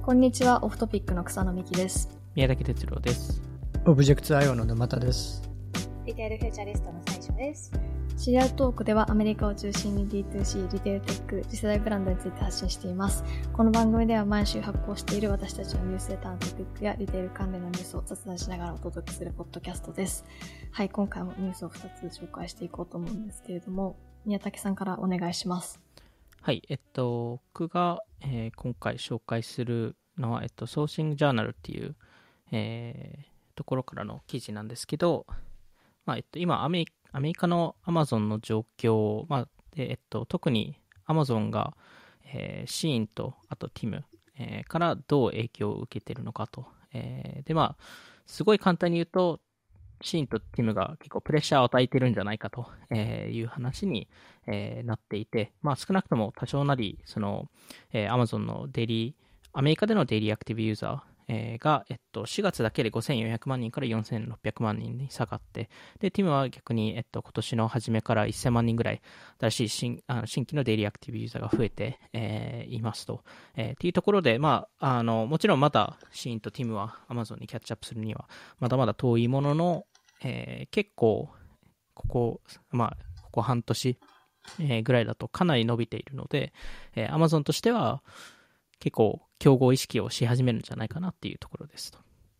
こんにちは、オフトピックの草野美希です。 宮崎哲郎です。 オブジェクト IO の沼田です。 リテールフューチャリストの最初です。 シリアルトークではアメリカを中心に D2C、リテールテック、次世代ブランドについて発信しています。この番組では毎週発行している私たちのニュースレターのトピックやリテール関連のニュースを雑談しながらお届けするポッドキャストです。はい、今回もニュースを2つ紹介していこうと思うんですけれども、宮崎さんからお願いします。 はい、僕が、今回紹介するのは、ソーシングジャーナルっていう、ところからの記事なんですけど、今アメリカの Amazon の状況、で特に Amazon が、シーンとあと Tim、からどう影響を受けているのかと、すごい簡単に言うとシーンとティムが結構プレッシャーを与えているんじゃないかという話になっていて、少なくとも多少なりそのAmazon のアメリカでのデイリーアクティブユーザーが4月だけで5400万人から4600万人に下がって、でティムは逆に今年の初めから1000万人ぐらい新しい新規のデイリーアクティブユーザーが増えていますとっていうところで、もちろんまだシーンとティムは Amazon にキャッチアップするにはまだまだ遠いものの、結構ここ半年ぐらいだとかなり伸びているので、Amazon としては結構競合意識をし始めるんじゃないかなっていうところですと。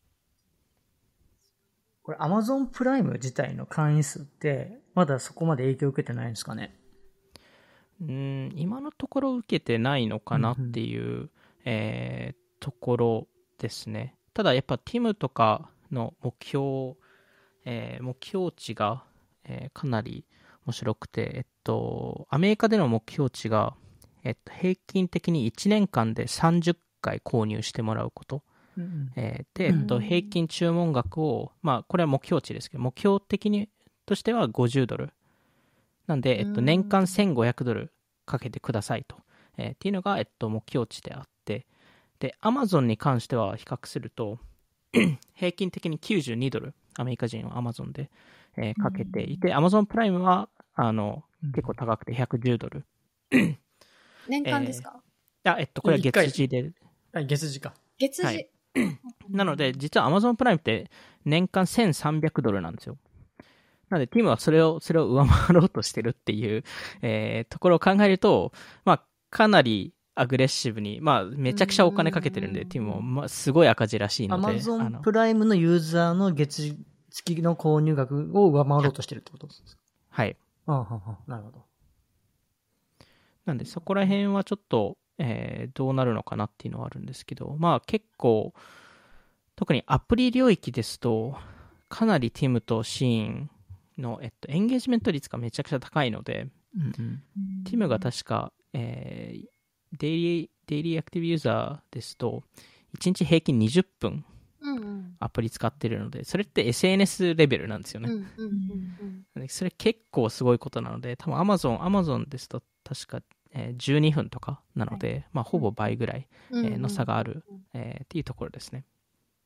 これ Amazon プライム自体の会員数ってまだそこまで影響を受けてないんですかね。 今のところ受けてないのかなっていう、ところですね。ただやっぱ Tim とかの目標値が、かなり面白くて、アメリカでの目標値が、平均的に1年間で30回購入してもらうこと、で、平均注文額を、これは目標値ですけど、目標的にとしては50ドルなんで、年間1500ドルかけてくださいと、っていうのが、目標値であって、で Amazon に関しては比較すると平均的に92ドルアメリカ人は Amazon で、かけていて、Amazon プライムは結構高くて110ドル年間ですか？ これは月次で。 月次か。 月次、 はい、なので実は Amazon プライムって年間1300ドルなんですよ。なのでティムはそれを上回ろうとしてるっていう、ところを考えると、かなりアグレッシブに、めちゃくちゃお金かけてるんで、ティムも、すごい赤字らしいので。 Amazon プライムのユーザーの月の購入額を上回ろうとしてるってことですか？ はい。 なるほど。 なんでそこら辺はちょっと、どうなるのかなっていうのはあるんですけど、結構特にアプリ領域ですとかなりティムとシーンの、エンゲージメント率がめちゃくちゃ高いので、ティムが確か、デイリーアクティブユーザーですと1日平均20分アプリ使ってるので、それって SNS レベルなんですよね。それ結構すごいことなので、多分 Amazon ですと確か12分とかなので、ほぼ倍ぐらいの差があるっていうところですね。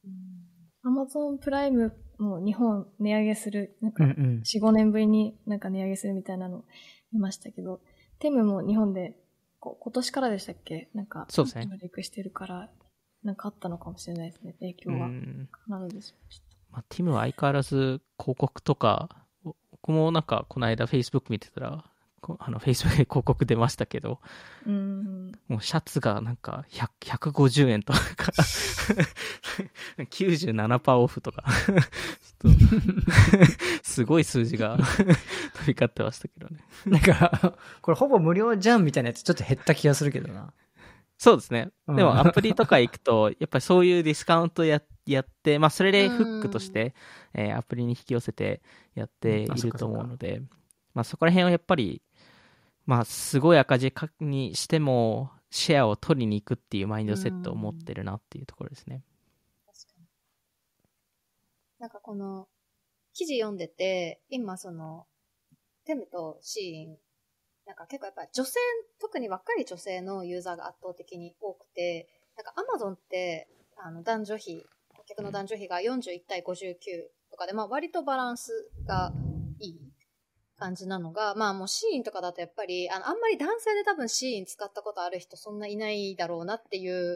Amazon プライムも日本値上げする、4、5年ぶりに値上げするみたいなの見ましたけど、テムも日本で今年からでしたっけ？ そうですね。 上陸してるからあったのかもしれないですね、影響が。なのでティムは相変わらず広告とか、僕もこの間 Facebook 見てたらFacebook で広告出ましたけど、もうシャツが150円とか97% オフとかすごい数字が飛び交ってましたけどね。 これほぼ無料じゃんみたいなやつちょっと減った気がするけどな。 そうですね。でもアプリとか行くとやっぱりそういうディスカウントやって、それでフックとして、アプリに引き寄せてやっていると思うので、そこら辺はやっぱりすごい赤字にしてもシェアを取りに行くっていうマインドセットを持ってるなっていうところですね。 確かに。この記事読んでて、今テムとシーン結構やっぱ女性、特に若い女性のユーザーが圧倒的に多くて、Amazon って男女比、顧客の男女比が41対59とかで、割とバランスがいい感じなのが、もうシーンとかだとやっぱりあんまり男性で多分シーン使ったことある人そんないないだろうなっていう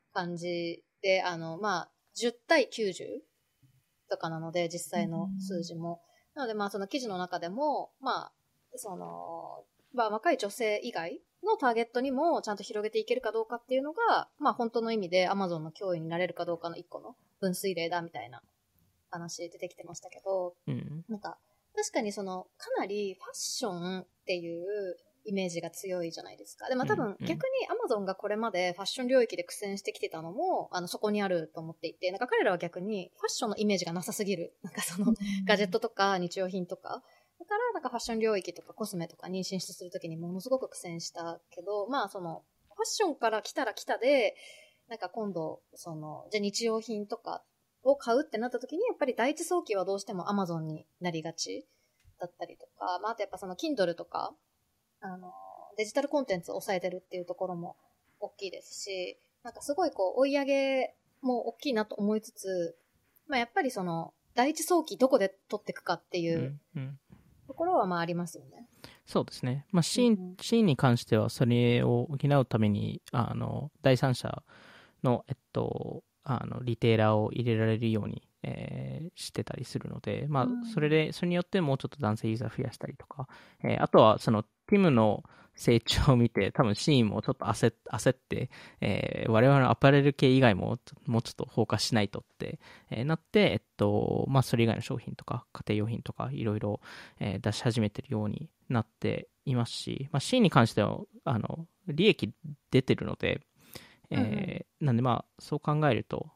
感じで、まあ、10対90とかなので、実際の数字も。なので、まあ、その記事の中でも、まあ、まあ、若い女性以外のターゲットにもちゃんと広げていけるかどうかっていうのが、まあ、本当の意味で Amazon の脅威になれるかどうかの一個の分水嶺だみたいな話出てきてましたけど、なんか、確かにかなりファッションっていうイメージが強いじゃないですか。でも多分逆に Amazon がこれまでファッション領域で苦戦してきてたのも、そこにあると思っていて、なんか彼らは逆にファッションのイメージがなさすぎる。なんかガジェットとか日用品とか。だからなんかファッション領域とかコスメとかに進出するときにものすごく苦戦したけど、まあファッションから来たら来たで、なんか今度、じゃあ日用品とかを買うってなった時に、やっぱり第一早期はどうしても Amazon になりがちだったりとか、まあ、あとやっぱKindle とか、デジタルコンテンツを抑えてるっていうところも大きいですし、なんかすごい追い上げも大きいなと思いつつ、まあ、やっぱり第一早期どこで取っていくかっていうところはまあありますよね。 そうですね。まあ、シーンに関してはそれを補うために、第三者の、リテーラーを入れられるように、してたりするので、まあ、それによってもうちょっと男性ユーザー増やしたりとか、あとはティムの成長を見て、多分シーンもちょっと焦って、我々のアパレル系以外ももうちょっとフォーカスしないとって、なって、まあ、それ以外の商品とか、家庭用品とか、いろいろ出し始めてるようになっていますし、まあ、シーンに関しては、利益出てるので、なんでまあ、そう考えると、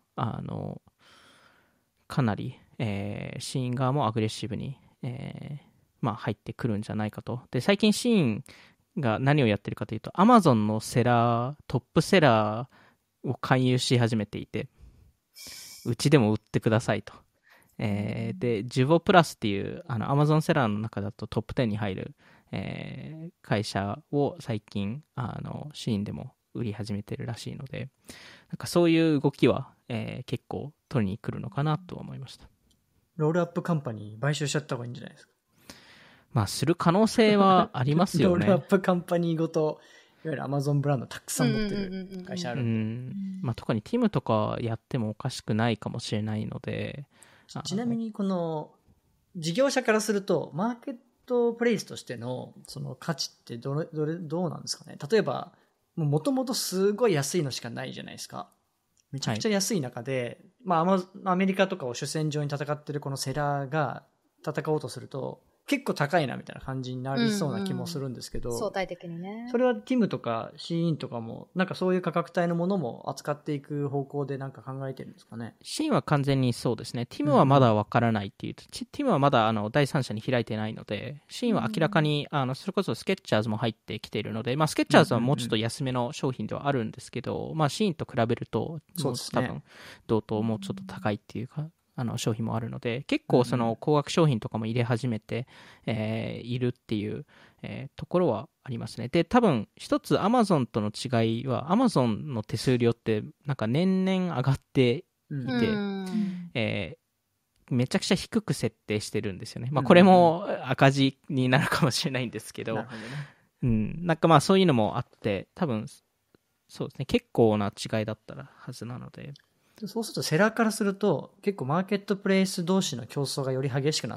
かなり、シーン側もアグレッシブに、まあ、入ってくるんじゃないかと。で、最近シーンが何をやってるかというと、Amazon のトップセラーを勧誘し始めていて、うちでも売ってくださいと。で、ジュボプラスっていう、Amazon セラーの中だとトップ10に入る、会社を最近、シーンでも売り始めてるらしいので、なんかそういう動きは、結構取りに来るのかなと思いました。 ロールアップカンパニー買収しちゃった方がいいんじゃないですか。 まあ、する可能性はありますよね。 ロールアップカンパニーごと、いわゆる Amazon ブランドたくさん持ってる会社あるんで。 まあ、特にティムとかやってもおかしくないかもしれないので。 ちなみにこの事業者からするとマーケットプレイスとしてのその価値ってどうなんですかね。例えばもともとすごい安いのしかないじゃないですか。めちゃくちゃ安い中で、まあアメリカとかを主戦場に戦ってるこのセラーが戦おうとすると結構高いなみたいな感じになりそうな気もするんですけど、 相対的にね。 それはティムとかシーインとかもなんかそういう価格帯のものも扱っていく方向でなんか考えてるんですかね。 シーンは完全にそうですね。ティムはまだわからないっていうと、ティムはまだ第三者に開いてないので、シーンは明らかにそれこそスケッチャーズも入ってきているので、まあスケッチャーズはもうちょっと安めの商品ではあるんですけど、まあシーンと比べるともう多分同等もうちょっと高いっていうか。商品もあるので、結構高額商品とかも入れ始めて、いるっていう、ところはありますね。で、多分一つ Amazon との違いは Amazon の手数料ってなんか年々上がっていて、めちゃくちゃ低く設定してるんですよね。まあこれも赤字になるかもしれないんですけど、なんかまあそういうのもあって、多分そうですね、結構な違いだったらはずなので。 そうするとセラーからすると結構マーケットプレイス同士の競争がより激しくなって、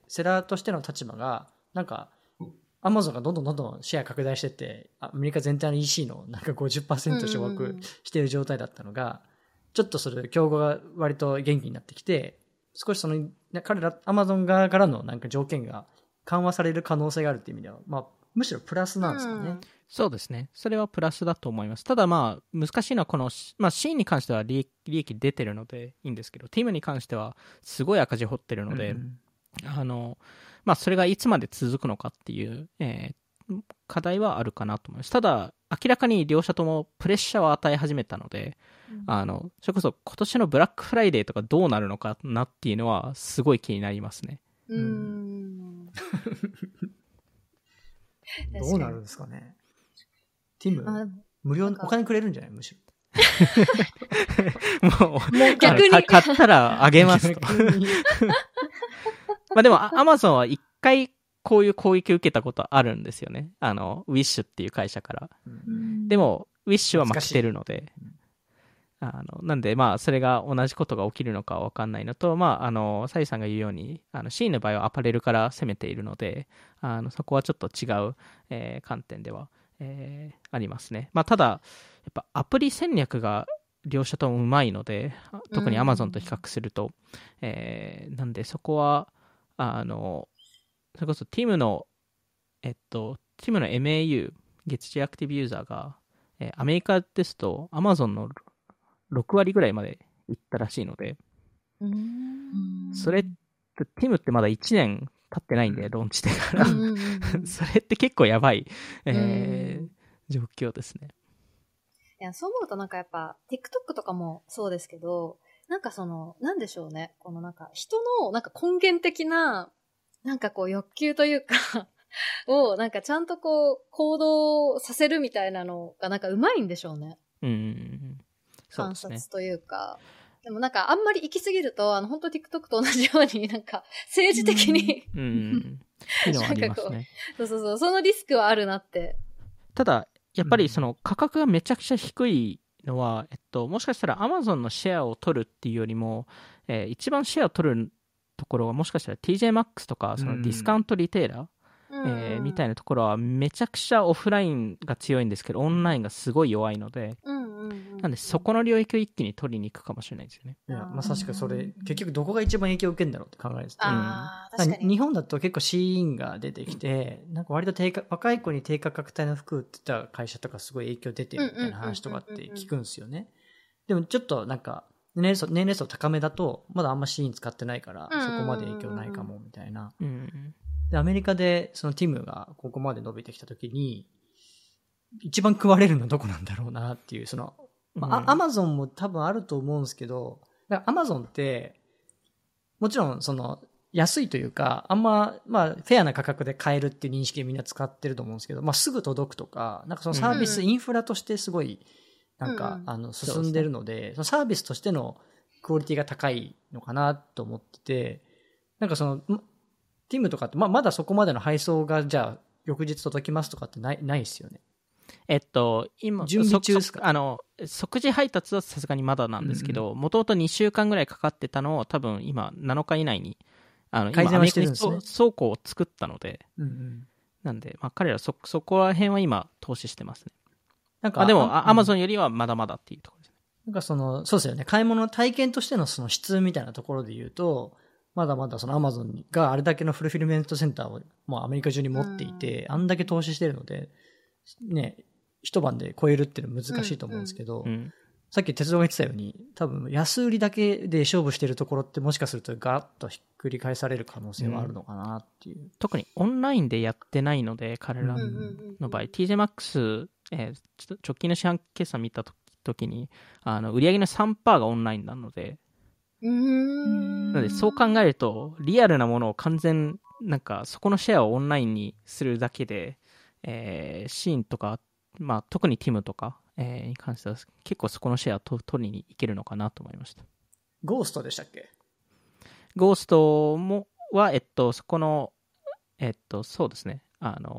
セラーとしての立場がなんか Amazon がどんどんシェア拡大してって、アメリカ全体の EC のなんか 50% 掌握している状態だったのが、ちょっとそれ競合が割と元気になってきて、少し彼ら Amazon 側からのなんか条件が緩和される可能性があるっていう意味では、まあむしろプラスなんですかね。 そうですね。それはプラスだと思います。ただまあ、難しいのはこの、まあ、シーンに関しては利益出てるのでいいんですけど、ティムに関してはすごい赤字掘ってるので、まあ、それがいつまで続くのかっていう、課題はあるかなと思います。ただ、明らかに両者ともプレッシャーを与え始めたので、それこそ今年のブラックフライデーとかどうなるのかなっていうのはすごい気になりますね。 どうなるんですかね。ティム、無料、お金くれるんじゃないむしろ。もう逆に買ったらあげますと。まあでも、Amazon は一回こういう攻撃を受けたことあるんですよね。ウィッシュっていう会社から。でも、ウィッシュは負けてるので、 なんで、まあ、それが同じことが起きるのかは分かんないのと、まあ、サイさんが言うように、シーンの場合はアパレルから攻めているので、そこはちょっと違う、観点では、ありますね。まあ、ただ、やっぱアプリ戦略が両者ともうまいので、特に Amazon と比較すると、なんでそこは、それこそ TIM の、TIM の MAU、月次アクティブユーザーが、アメリカですと Amazon の6割ぐらいまで行ったらしいので、それって、TIM ってまだ1年経ってないんで、ローンチしてから。それって結構やばい、状況ですね。 いや、そう思うとなんかやっぱ、TikTok とかもそうですけど、なんかなんでしょうね。このなんか、人のなんか根源的な、なんかこう欲求というかを、なんかちゃんとこう、行動させるみたいなのがなんか上手いんでしょうね。観察というか。でもなんかあんまり行き過ぎると、本当 TikTok と同じようになんか政治的にっていうのはありますね。 そう、そのリスクはあるなって。 ただ、やっぱりその価格がめちゃくちゃ低いのは、もしかしたら Amazon のシェアを取るっていうよりも、一番シェアを取るところはもしかしたら TJ Maxx とか、そのディスカウントリテイラー、みたいなところはめちゃくちゃオフラインが強いんですけど、オンラインがすごい弱いので、なんでそこの領域を一気に取りに行くかもしれないですよね。 いや、まさしくそれ、結局どこが一番影響を受けるんだろうって考えるんです確かに。 日本だと結構シーインが出てきて、なんか割と若い子に低価格帯の服売ってた会社とかすごい影響出てるみたいな話とかって聞くんですよね。でもちょっとなんか、年齢層高めだと、まだあんまシーン使ってないから、そこまで影響ないかもみたいな。で、アメリカでそのティムがここまで伸びてきた時に、一番食われるのはどこなんだろうなっていう、アマゾンも多分あると思うんですけど、アマゾンって、もちろん安いというか、あんま、フェアな価格で買えるっていう認識でみんな使ってると思うんですけど、すぐ届くとか、なんかそのサービス、インフラとしてすごい、なんか、進んでるので、そのサービスとしてのクオリティが高いのかなと思ってて、なんかティムとかって、まだそこまでの配送が、じゃあ、翌日届きますとかってないですよね。 今、 準備中ですか？ 即時配達はさすがにまだなんですけど、もともと2週間ぐらいかかってたのを多分今7日以内に、 改善はしてるんですね。 今倉庫を作ったので、なんで、彼らそこら辺は今投資してますね。なんかでも、Amazon よりはまだまだっていうところですね。 なんかそうですよね。買い物の体験としてのその質みたいなところで言うと、まだまだAmazon があれだけのフルフィルメントセンターをもうアメリカ中に持っていて、あんだけ投資してるので、ね、一晩で超えるっていうのは難しいと思うんですけど、さっき鉄道が言ってたように、多分安売りだけで勝負してるところってもしかするとガラッとひっくり返される可能性はあるのかなっていう。 特にオンラインでやってないので、彼らの場合、TJ Maxx、直近の四半期決算見た時に、売上の 3% がオンラインなので、なのでそう考えると、リアルなものをなんかそこのシェアをオンラインにするだけで、シーンとか、特にティムとか、に関しては結構そこのシェアを取りにいけるのかなと思いました。 ゴーストでしたっけ？ ゴーストは、そこの、そうですね、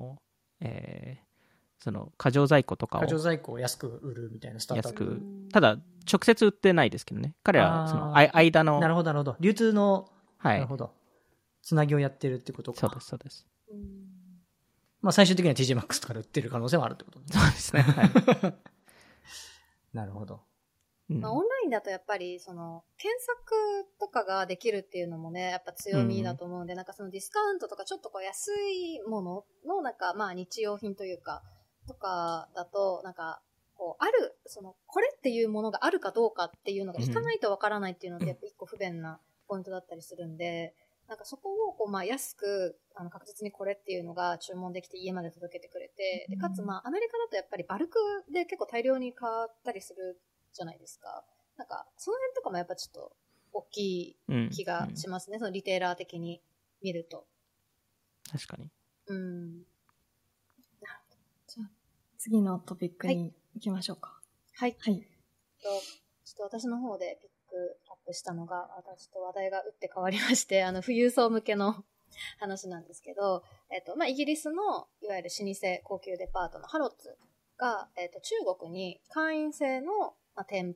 その過剰在庫とかを。 過剰在庫を安く売るみたいなスタートアップ。 ただ、直接売ってないですけどね。彼は、その、間の。 なるほど、なるほど。流通の、 はい。 なるほど。つなぎをやってるってことか。 そうです、そうです。 最終的には TJ Maxx とかで売ってる可能性もあるってことね。 そうですね。はい。 なるほど。 オンラインだとやっぱり、検索とかができるっていうのもね、やっぱ強みだと思うんで、なんかそのディスカウントとかちょっとこう安いものの、なんか日用品というか、とかだと、なんか、こう、これっていうものがあるかどうかっていうのが引かないとわからないっていうのってやっぱ一個不便なポイントだったりするんで、なんかそこをこう安く確実にこれっていうのが注文できて家まで届けてくれて、でかつアメリカだとやっぱりバルクで結構大量に買ったりするじゃないですか。なんかその辺とかもやっぱちょっと大きい気がしますね。そのリテイラー的に見ると。 確かに。 じゃあ次のトピックに行きましょうか。 はい。ちょっと私の方でピックアップしたのが、ちょっと話題が打って変わりまして、富裕層向けの話なんですけど、イギリスのいわゆる老舗高級デパートのハロッズが、中国に会員制の、店舗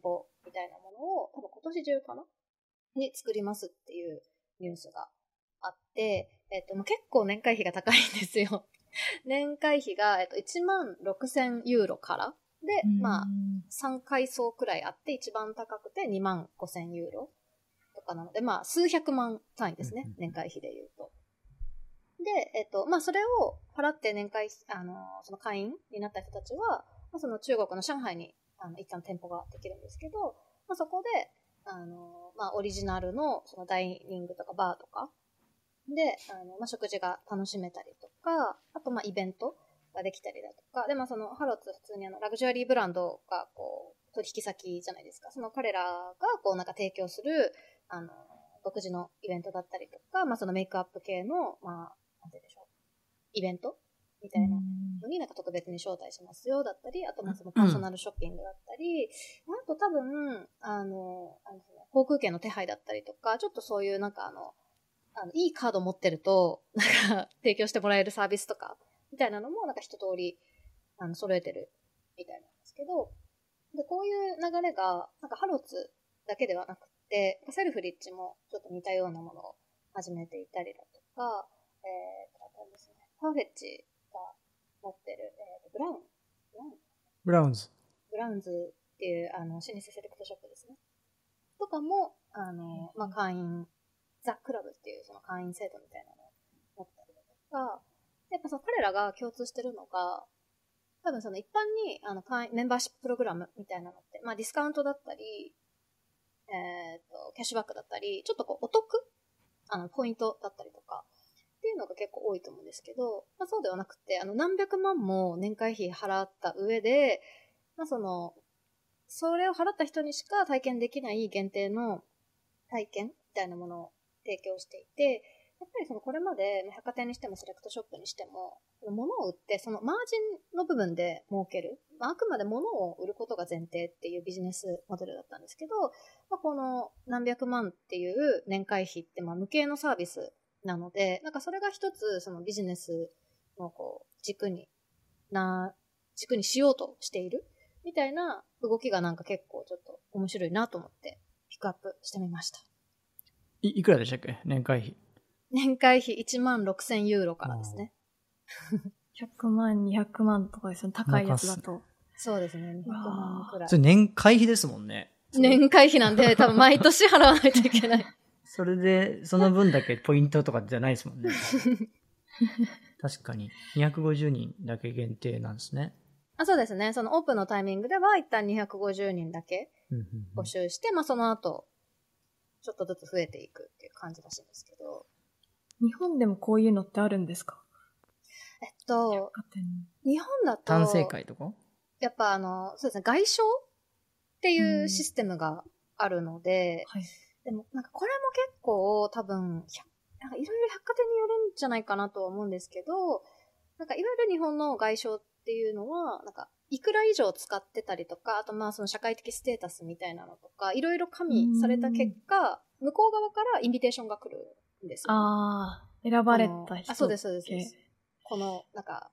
みたいなものを多分今年中かなに作りますっていうニュースがあって、もう結構年会費が高いんですよ。年会費が、16,000ユーロからで、まあ、3階層くらいあって、一番高くて25,000ユーロとかなので、まあ、数百万単位ですね、年会費で言うと。で、まあ、それを払って年会、その会員になった人たちは、まあ、その中国の上海に、一旦店舗ができるんですけど、まあ、そこで、まあ、オリジナルの、そのダイニングとかバーとか、で、まあ、食事が楽しめたりとか、あと、まあ、イベントができたりだとか、で、まあ、その、ハロッツ普通にラグジュアリーブランドが、こう、取引先じゃないですか。その彼らが、こう、なんか提供する、独自のイベントだったりとか、まあ、そのメイクアップ系の、まあ、なんて言うんでしょう。イベントみたいなのになんか特別に招待しますよだったり、あとまあそのパーソナルショッピングだったり、あと多分、航空券の手配だったりとか、ちょっとそういうなんかいいカード持ってると、なんか提供してもらえるサービスとか、みたいなのもなんか一通り、揃えてるみたいなんですけど、で、こういう流れが、なんかハロツだけではなくて、セルフリッチもちょっと似たようなものを始めていたりだとか、あとですね、パーフェッチが持ってる、 ブラウンズっていう、老舗セレクトショップですね。とかも、まあ、会員、ザ・クラブっていうその会員制度みたいなのを持ったりだとか、やっぱその彼らが共通してるのが、多分その一般に、メンバーシッププログラムみたいなのって、まあ、ディスカウントだったり、キャッシュバックだったり、ちょっとこう、お得ポイントだったりとか、っていうのが結構多いと思うんですけど、まあ、そうではなくて、何百万も年会費払った上で、まあ、それを払った人にしか体験できない限定の体験みたいなものを提供していて、やっぱりこれまで百貨店にしてもセレクトショップにしても、物を売ってそのマージンの部分で儲ける。まあ、あくまで物を売ることが前提っていうビジネスモデルだったんですけど、まあ、この何百万っていう年会費ってまあ無形のサービスなので、なんかそれが一つそのビジネスのこう軸にしようとしているみたいな動きがなんか結構ちょっと面白いなと思ってピックアップしてみました。 いくらでしたっけ、年会費。 年会費16,000ユーロからですね。 100万、200万とかですね。高いやつだと。 そうですね。200万くらい。 それ年会費ですもんね。 年会費なんで、多分毎年払わないといけない。 それで、その分だけポイントとかじゃないですもんね。確かに。250人だけ限定なんですね。 あ、そうですね。そのオープンのタイミングでは一旦250人だけ募集して、まあその後、ちょっとずつ増えていくっていう感じらしいんですけど。 日本でもこういうのってあるんですか？ 日本だと、 男性会とかやっぱそうですね、外商っていうシステムがあるので、 はい、 でもなんかこれも結構多分、なんかいろいろ百貨店によるんじゃないかなとは思うんですけど、なんかいわゆる日本の外商っていうのは、なんかいくら以上使ってたりとか、あとまあその社会的ステータスみたいなのとか、いろいろ加味された結果、向こう側からインビテーションが来るんですよ、ね。 ああ、選ばれた人。 あ、そうです、そうです。この、なんか、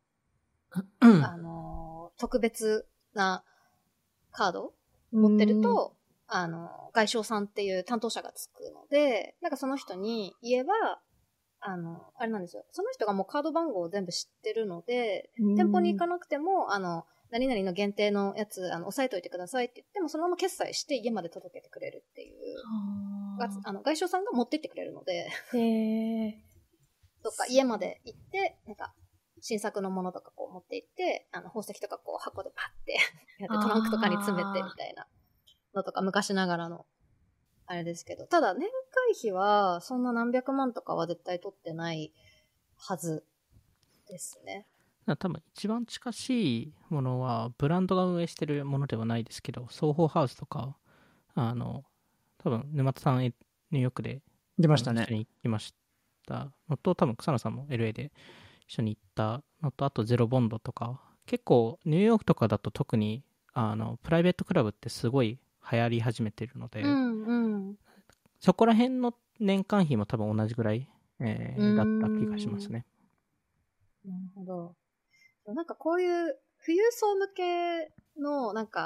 特別なカード持ってると、外商さんっていう担当者がつくので、なんかその人に言えば、あれなんですよ。その人がもうカード番号を全部知ってるので、店舗に行かなくても、何々の限定のやつ、押さえといてくださいって言っても、そのまま決済して家まで届けてくれるっていう、外商さんが持ってってくれるので、とか家まで行って、なんか、新作のものとかこう持って行って、宝石とかこう箱でパッてやってトランクとかに詰めてみたいなのとか昔ながらのあれですけど、ただ年会費はそんな何百万とかは絶対取ってないはずですね。 多分一番近しいものはブランドが運営してるものではないですけど、ソーホーハウスとか多分沼田さんニューヨークで出ましたね。 一緒に行きましたのと、多分草野さんも LA で一緒に行ったのと、あとゼロボンドとか、結構ニューヨークとかだと特にプライベートクラブってすごい流行り始めてるので、そこら辺の年間費も多分同じぐらい、だった気がしますね。 なるほど。なんかこういう富裕層向けのなんか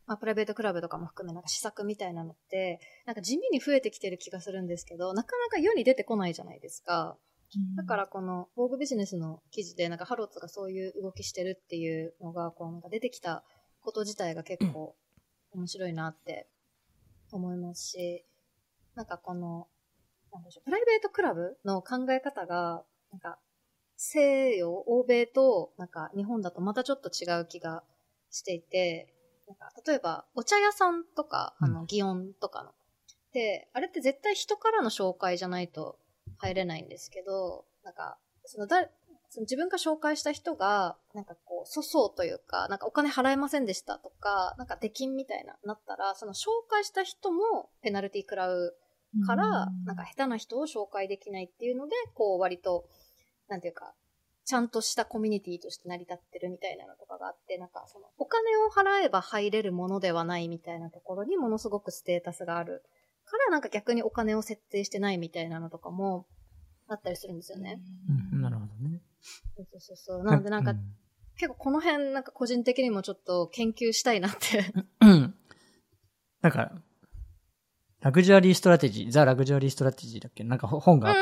まあ、プライベートクラブとかも含めなんか施策みたいなのって、なんか地味に増えてきてる気がするんですけど、なかなか世に出てこないじゃないですか。だからこの、ボーグビジネスの記事で、なんかハロッツがそういう動きしてるっていうのが、こうなんか出てきたこと自体が結構面白いなって思いますし、なんかこの、なんでしょう、プライベートクラブの考え方が、なんか、西洋、欧米と、なんか日本だとまたちょっと違う気がしていて、なんか例えば、お茶屋さんとか、祇園とかの。で、あれって絶対人からの紹介じゃないと入れないんですけど、なんか、その自分が紹介した人が、なんかこう、粗相というか、なんかお金払えませんでしたとか、なんか出禁みたいなったら、その紹介した人もペナルティ食らうから、なんか下手な人を紹介できないっていうので、こう割と、なんていうか、ちゃんとしたコミュニティとして成り立ってるみたいなのとかがあって、なんかその、お金を払えば入れるものではないみたいなところにものすごくステータスがあるから、なんか逆にお金を設定してないみたいなのとかもあったりするんですよね。 なるほどね。 そう。なのでなんか、結構この辺なんか個人的にもちょっと研究したいなってなんか、ラグジュアリーストラテジー、ザ・ラグジュアリーストラテジーだっけなんか本があって、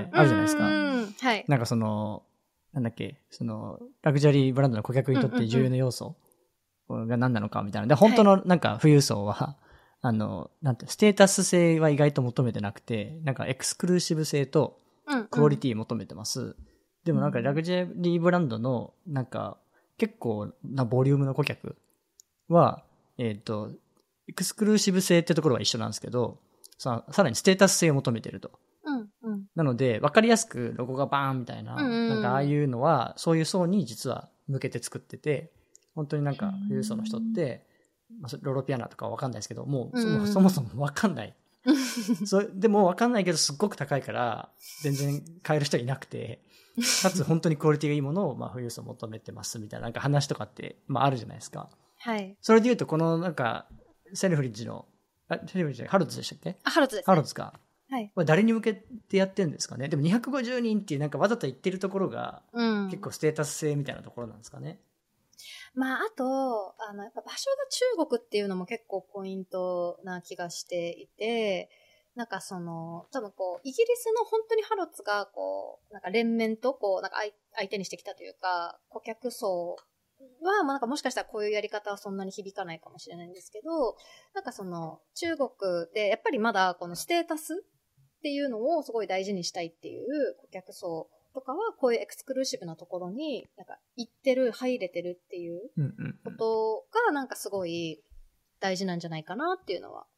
あるじゃないですか。 はい。 なんかその、なんだっけ、その、ラグジュアリーブランドの顧客にとって重要な要素が何なのかみたいな。で、本当のなんか富裕層は、なんて、ステータス性は意外と求めてなくて、なんかエクスクルーシブ性とクオリティ求めてます。でもなんかラグジュアリーブランドの、なんか、結構なボリュームの顧客は、エクスクルーシブ性ってところは一緒なんですけど、さらにステータス性を求めてると。なので、わかりやすくロゴがバーンみたいな、なんかああいうのは、そういう層に実は向けて作ってて、本当になんか富裕層の人って、ロロピアナとかはわかんないですけど、もうそもそもわかんない。でもわかんないけどすっごく高いから、全然買える人いなくて、かつ本当にクオリティがいいものを、富裕層求めてますみたいな、なんか話とかって、あるじゃないですか。 はい。 それで言うと、このなんか、セルフリッジの、セルフリッジハロッツでしたっけ？ ハロッツです、ね。 ハロッツか。 はい。 これ誰に向けてやってるんですかね。でも250人っていうなんかわざと言ってるところが、結構ステータス性みたいなところなんですかね。 あと、やっぱ場所が中国っていうのも結構ポイントな気がしていて、なんかその、多分こう、イギリスの本当にハロッツがこう、なんか連綿とこう、なんか相手にしてきたというか、顧客層は、なんかもしかしたらこういうやり方はそんなに響かないかもしれないんですけど、なんかその、中国でやっぱりまだこのステータスっていうのをすごい大事にしたいっていう顧客層とかはこういうエクスクルーシブなところになんか行ってる、入れてるっていうことがなんかすごい大事なんじゃないかなっていうのは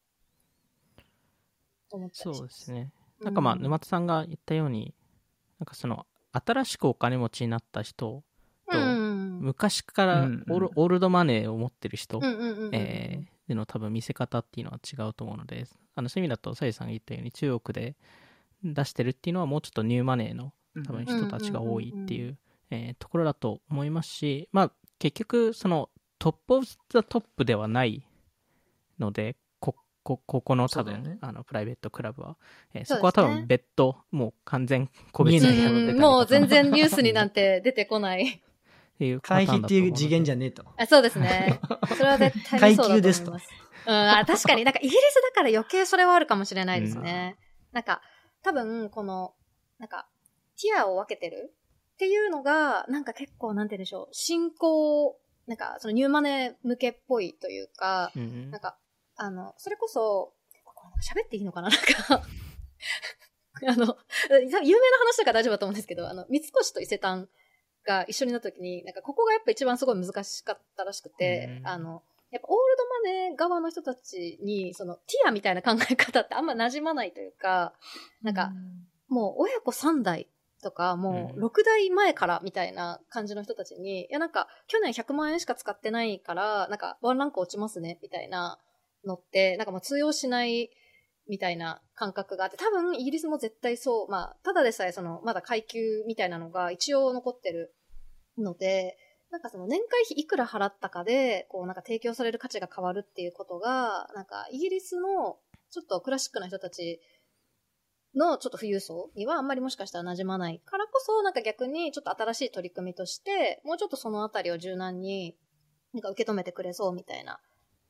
思ったりします。 そうですね。なんか沼田さんが言ったように、なんかその新しくお金持ちになった人と、昔からオールドマネーを持ってる人での多分見せ方っていうのは違うと思うので、そういう意味だとさゆさんが言ったように中国で出してるっていうのはもうちょっとニューマネーの多分人たちが多いっていうところだと思いますし、結局そのトップオブザトップではないので、ここの多分、プライベートクラブは、そこは多分別途もう完全個別にやってたりとか、 もう全然ニュースになんて出てこないっていう回避っていう次元じゃねえと。 そうですね。それは絶対にそうだと思います。階級ですと。確かになんかイギリスだから余計それはあるかもしれないですね。なんか多分このなんかティアを分けてるっていうのがなんか結構なんて言うんでしょう、進行なんかそのニューマネー向けっぽいというか、なんかそれこそ喋っていいのかななんか有名な話とか大丈夫だと思うんですけど、三越と伊勢丹が一緒になった時に、なんかここがやっぱ一番すごい難しかったらしくて、やっぱオールドマネー側の人たちに、そのティアみたいな考え方ってあんま馴染まないというか、なんか、もう親子3代とか、もう6代前からみたいな感じの人たちに、いやなんか、去年100万円しか使ってないから、なんか、ワンランク落ちますね、みたいなのって、なんかもう通用しないみたいな感覚があって、多分イギリスも絶対そう、ただでさえその、まだ階級みたいなのが一応残ってるので、なんかその年会費いくら払ったかで、こうなんか提供される価値が変わるっていうことが、なんかイギリスのちょっとクラシックな人たちのちょっと富裕層にはあんまりもしかしたら馴染まないからこそ、なんか逆にちょっと新しい取り組みとして、もうちょっとそのあたりを柔軟になんか受け止めてくれそうみたいな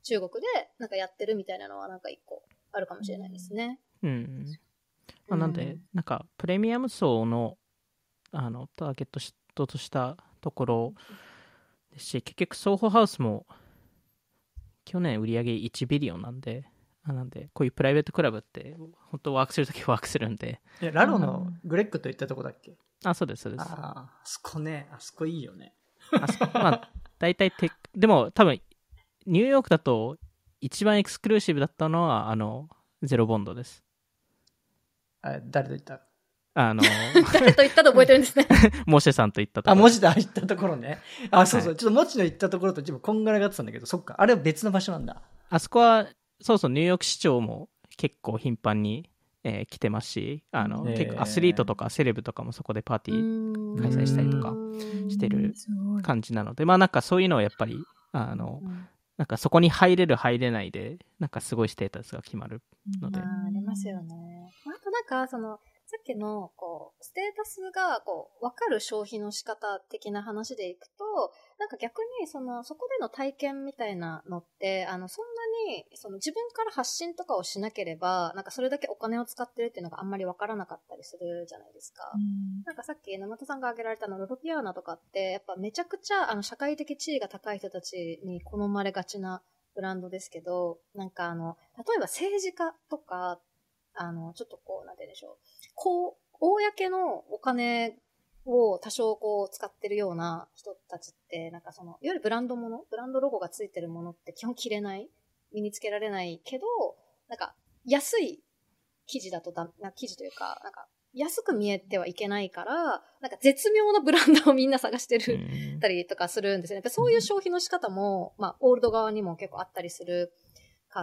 中国でなんかやってるみたいなのはなんか一個あるかもしれないですね。 なんで、なんかプレミアム層のターゲットとしたところですし、結局ソーホハウスも去年売り上げ1ビリオンなんで、こういうプライベートクラブって本当ワークするときワークするんで。 ラロのグレッグといったとこだっけ？ そうですそうです。 あそこね、あそこいいよね。 大体でも多分ニューヨークだと一番エクスクルーシブだったのはゼロボンドです。 誰と言った？ 誰と言ったと覚えてるんですね。 モシェさんと言ったところ。 モシェと言ったところね。そうそう、ちょっとモチの言ったところと自分こんがらがってたんだけど、そっか、あれは別の場所なんだ。 あそこはそうそう、ニューヨーク市長も結構頻繁に、来てますし、結構アスリートとかセレブとかもそこでパーティー開催したりとかしてる感じなので、なんかそういうのはやっぱりなんかそこに入れる入れないでなんかすごいステータスが決まるので、 ありますよね。あとなんかさっきのステータスが分かる消費の仕方的な話でいくと、なんか逆にそこでの体験みたいなのってそんなに自分から発信とかをしなければなんかそれだけお金を使ってるっていうのがあんまり分からなかったりするじゃないですか。なんかさっき沼田さんが挙げられたロロピアーナとかってやっぱめちゃくちゃ社会的地位が高い人たちに好まれがちなブランドですけど、なんか例えば政治家とかちょっとなんて言うんでしょう。公のお金を多少使ってるような人たちって、なんかいわゆるブランドロゴがついてるものって基本着れない、身につけられないけど、なんか安い生地だと生地というか、なんか安く見えてはいけないから、なんか絶妙なブランドをみんな探してるたりとかするんですよね。やっぱそういう消費の仕方も、オールド側にも結構あったりするから、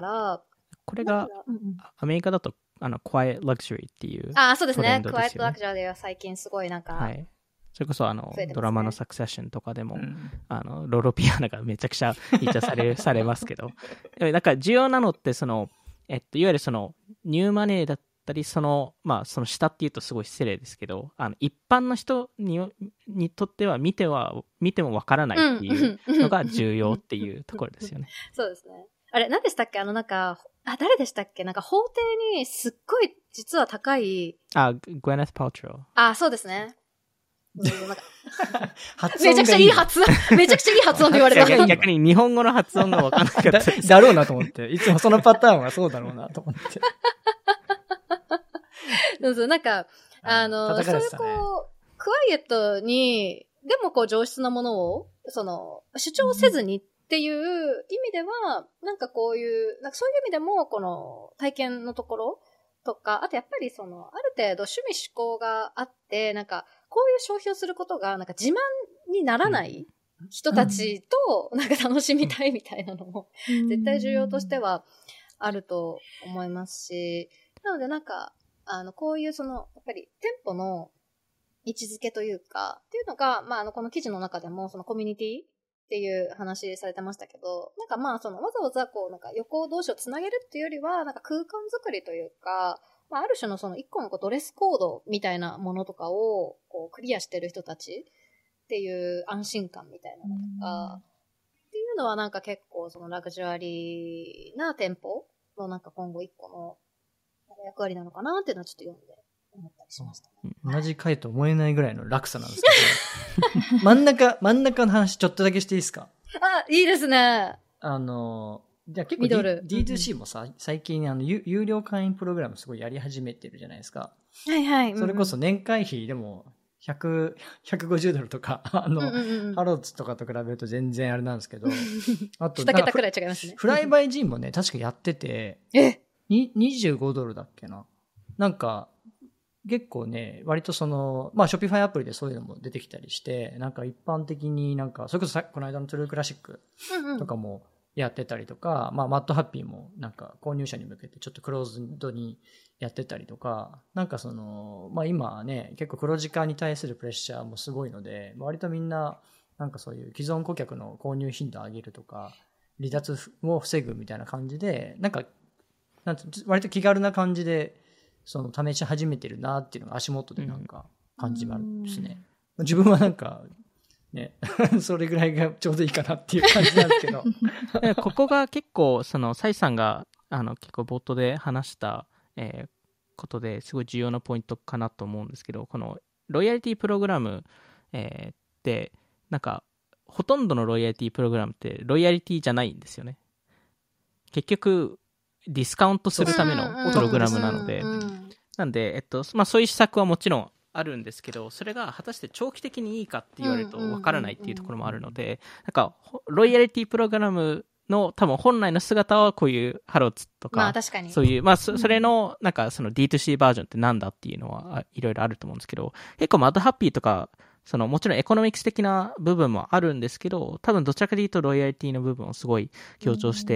これがアメリカだとQuiet Luxury っていうそうですね。Quiet Luxury は最近すごいなんか、 それこそドラマのサクセッションとかでも、ロロピアナがめちゃくちゃフィーチャーされますけど、だから重要なのっていわゆるニューマネーだったりその下っていうとすごい失礼ですけど、一般の人にとっては見てもわからないっていうのが重要っていうところですよね。 そうですね。あれ、何でしたっけ？なんか、誰でしたっけ？なんか法廷にすっごい実は高い。 グエネス・パウトロー。 そうですね。 めちゃくちゃいい発音で言われた。 逆に日本語の発音が分かんなかった。 だろうなと思って。いつもそのパターンはそうだろうなと思って。 そう、なんか、そういうクワイエットに、でも上質なものを、主張せずにっていう意味では、なんかそういう意味でも、この体験のところとか、あとやっぱりある程度趣味嗜好があって、なんか、こういう消費をすることが、なんか自慢にならない人たちと、なんか楽しみたいみたいなのも、絶対重要としてはあると思いますし、なのでなんか、こういうやっぱり店舗の位置づけというか、っていうのが、この記事の中でも、コミュニティっていう話されてましたけど、なんかわざわざなんか横同士をつなげるっていうよりは、なんか空間作りというか、ある種の一個のドレスコードみたいなものとかをクリアしてる人たちっていう安心感みたいなのとか、っていうのはなんか結構ラグジュアリーな店舗のなんか今後一個の役割なのかなっていうのはちょっと読んで思ったりしましたね。 同じ回と思えないぐらいの落差なんですけど、真ん中の話ちょっとだけしていいですか？ いいですね。 じゃあ結構、D2C も最近有料会員プログラムすごいやり始めてるじゃないですか。 はいはい。 それこそ年会費でも150ドルとか、ハローズとかと比べると全然あれなんですけど、あと、 2桁くらい違いますね。 フライバイジンもね、確かやってて、25ドルだっけな。なんか、結構ね、割とShopify アプリでそういうのも出てきたりして、なんか一般的になんか、それこそこの間のトゥルークラシックとかもやってたりとか、マッドハッピーもなんか購入者に向けてちょっとクローズドにやってたりとか、なんか今はね、結構黒字化に対するプレッシャーもすごいので、割とみんな、なんかそういう既存顧客の購入頻度を上げるとか、離脱を防ぐみたいな感じで、なんか割と気軽な感じで、試し始めてるなっていうのが足元でなんか感じますね。自分はなんか、 ね、それぐらいがちょうどいいかなっていう感じなんですけど。 ここが結構、サイさんが、結構冒頭で話した、ことですごい重要なポイントかなと思うんですけど、このロイヤリティプログラム、ってなんかほとんどのロイヤリティプログラムってロイヤリティじゃないんですよね。結局ディスカウントするためのプログラムなので、なんで、そういう施策はもちろんあるんですけど、それが果たして長期的にいいかって言われるとわからないっていうところもあるので、なんかロイヤリティプログラムの多分本来の姿はこういうハローツとか、 まあ確かにそういう、それのなんかその D2C バージョンってなんだっていうのはいろいろあると思うんですけど、結構マッドハッピーとかもちろんエコノミクス的な部分もあるんですけど、多分どちらかというとロイヤリティの部分をすごい強調して、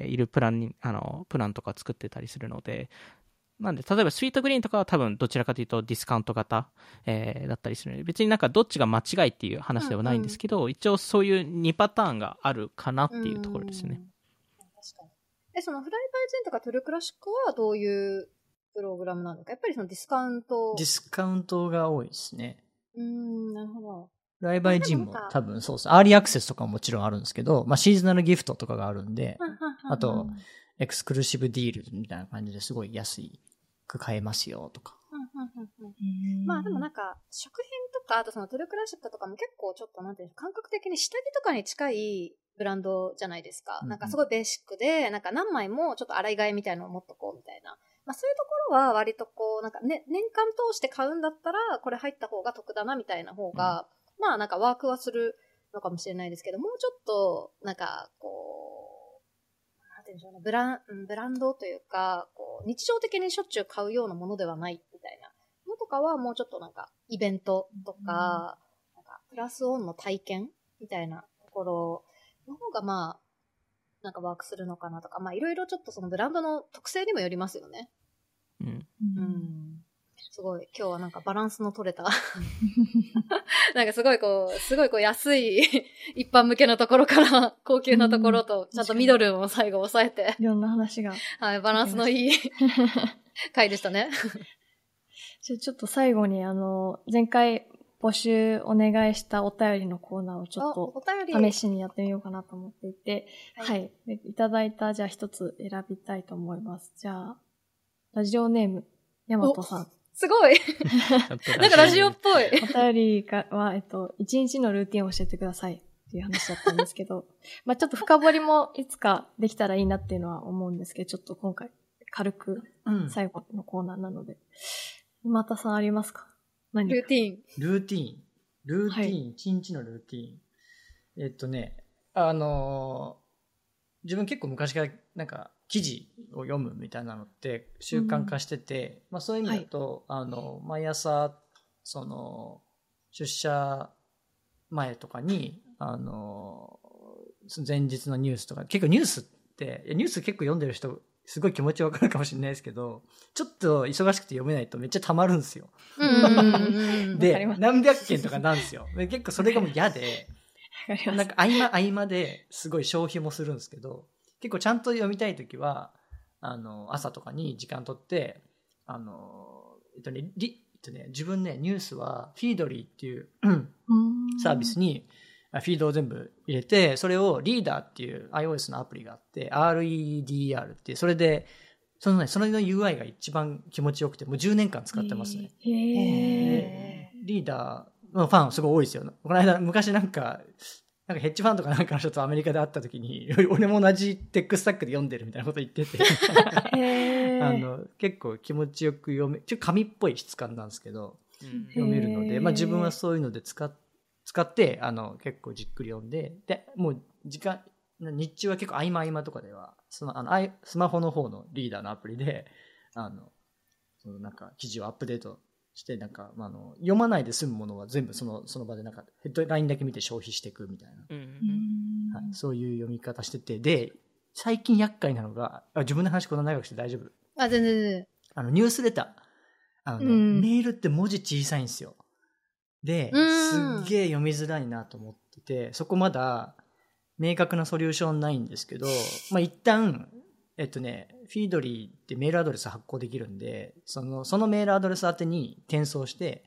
いるプランとか作ってたりするので、なんで例えばスイートグリーンとかは多分どちらかというとディスカウント型、だったりするので、別になんかどっちが間違いっていう話ではないんですけど、一応そういう2パターンがあるかなっていうところですね。 確かに。そのフライバイゼンとかトゥルクラシックはどういうプログラムなのか、やっぱりそのディスカウントが多いですね。 なるほど。 フライバイジンも多分そうです。アーリーアクセスとかももちろんあるんですけど、シーズナルギフトとかがあるんで、あと、エクスクルーシブディールみたいな感じですごい安く買えますよとか。 まあでもなんか、食品とか、あとそのトゥルクラシックとかも結構ちょっとなんていうの、感覚的に下着とかに近いブランドじゃないですか。なんかすごいベーシックで、なんか何枚もちょっと洗い替えみたいなのを持っとこうみたいな。そういうところは割とこう、なんかね、年間通して買うんだったら、これ入った方が得だなみたいな方が、まあなんかワークはするのかもしれないですけど、もうちょっと、なんかこう、なんていうんでしょうね、ブランドというか、こう、日常的にしょっちゅう買うようなものではないみたいなのとかは、もうちょっとなんか、イベントとか、なんか、プラスオンの体験みたいなところの方がまあ、なんかワークするのかなとか、まあいろいろちょっとそのブランドの特性にもよりますよね。すごい、今日はなんかバランスの取れた。なんかすごいこう安い一般向けのところから高級なところと、ちゃんとミドルを最後抑えて。 いろんな話が。 はい、バランスのいい回でしたね。 ちょっと最後に前回募集お願いしたお便りのコーナーをちょっと試しにやってみようかなと思っていて、はい。でいただいたじゃあ一つ選びたいと思います。じゃあ、ラジオネーム、ヤマトさん。 すごいなんかラジオっぽい。 お便りは、一日のルーティンを教えてくださいっていう話だったんですけど、まあちょっと深掘りもいつかできたらいいなっていうのは思うんですけど、ちょっと今回軽く最後のコーナーなので、またさんありますか？ ルーティン。 はい、一日のルーティン。自分結構昔からなんか記事を読むみたいなのって習慣化してて、そういう意味だと、毎朝出社前とかに前日のニュースとか、結構ニュース結構読んでる人すごい気持ちわかるかもしれないですけど、ちょっと忙しくて読めないとめっちゃ溜まるんですよ。で、何百件とかなんですよ。結構それがもう嫌で、なんか合間ですごい消費もするんですけど、結構ちゃんと読みたいときは、朝とかに時間取って、自分ね、ニュースはフィードリーっていうサービスにフィードを全部入れて、それをリーダーっていう iOS のアプリがあって、REDR っていう、それで、その UI が一番気持ちよくて、もう10年間使ってますね。リーダーのファンすごい多いですよ。この間、昔なんかヘッジファンドかなんかの人とアメリカで会った時に、俺も同じテックスタックで読んでるみたいなこと言ってて結構気持ちよくちょっと紙っぽい質感なんですけど、読めるので、自分はそういうので使って結構じっくり読んで、でもう日中は結構合間とかではスマホの方のリーダーのアプリでなんか記事をアップデートして、なんか、読まないで済むものは全部その場でなんかヘッドラインだけ見て消費していくみたいな、はい、そういう読み方してて、で最近厄介なのが、自分の話こんな長くして大丈夫？ 全然ニュースレターメールって文字小さいんですよ。で、すっげえ読みづらいなと思ってて、そこまだ明確なソリューションないんですけど、一旦フィードリーってメールアドレス発行できるんで、そのメールアドレス宛てに転送して、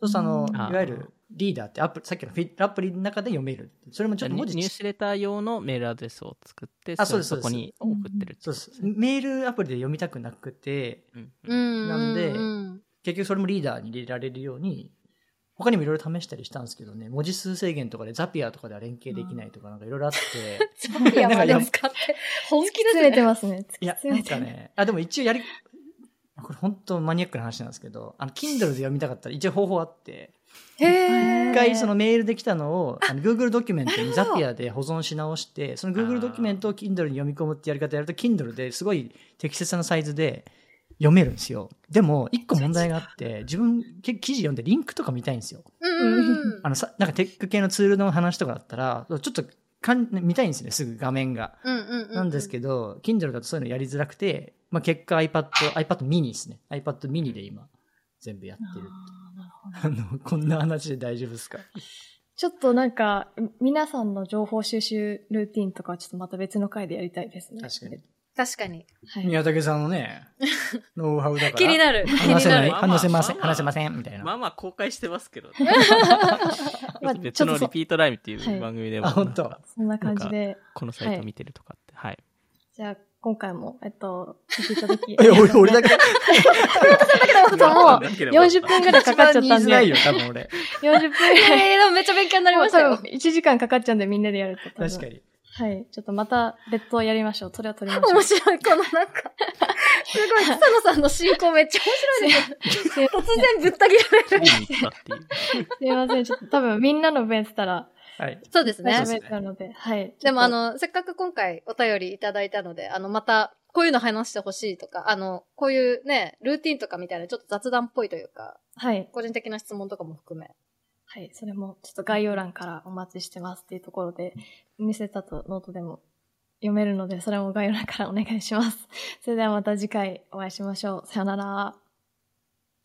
そうするとあーいわゆるリーダーってさっきのアプリの中で読める。それもちょっと文字ニュースレター用のメールアドレスを作って、 あそうですそこに送ってるってそうです。 ことですね。 メールアプリで読みたくなくて、なんで結局それもリーダーに入れられるように、他にもいろいろ試したりしたんですけどね、文字数制限とかでザピアとかでは連携できないとかなんかいろいろあって、 ザピアまで使って、本気です詰めてね。 ますね。 いや、なんかね、でも一応これ本当マニアックな話なんですけど、Kindle で読みたかったら一応方法あって、 へー。 一回そのメールできたのをGoogle ドキュメントにザピアで保存し直して、その Google ドキュメントを Kindle に読み込むってやり方やると Kindle ですごい適切なサイズで読めるんですよ。でも一個問題があって、自分記事読んでリンクとか見たいんですよ。なんかテック系のツールの話とかだったら、ちょっと見たいんですね、すぐ画面が。なんですけど、Kindle だとそういうのやりづらくて、結果 iPad mini ですね。iPad mini で今全部やってるって。こんな話で大丈夫ですか？ ちょっとなんか、皆さんの情報収集ルーティンとかはちょっとまた別の回でやりたいですね。 確かに。 確かに。 はい。 宮武さんのね、ノウハウだから。 気になる。 話せない、 まあまあ話せません、 まあまあ話せません、みたいな。 まあまあ公開してますけど、ね、 まあ別のリピートライブっていはいう番組でも、 あ本当なんかそんな感じで。 このサイト見てるとかって、はい。 じゃあ、今回も、聞いていただき。 俺だけ。 もう、40分ぐらいかかっちゃったんで。 一番言いづらいよ、多分俺。 40分ぐらい。 でもめっちゃ勉強になりましたよ。 多分1時間かかっちゃうんでみんなでやると多分。 確かに。 はい。ちょっとまた別途やりましょう。それは撮りましょう。 面白い。このなんか、すごい、草野さんの進行めっちゃ面白いですよ。突然ぶった切られる。 次に行ったっていう。 すいません。ちょっと多分みんなの分したら、 はい。 そうですね。 喋ったので、はい。 でもせっかく今回お便りいただいたので、また、こういうの話してほしいとか、こういうね、ルーティンとかみたいなちょっと雑談っぽいというか、 はい。 個人的な質問とかも含め。 はい。それもちょっと概要欄からお待ちしてますっていうところで、見せたとノートでも読めるので、それも概要欄からお願いします。それではまた次回お会いしましょう。さよなら。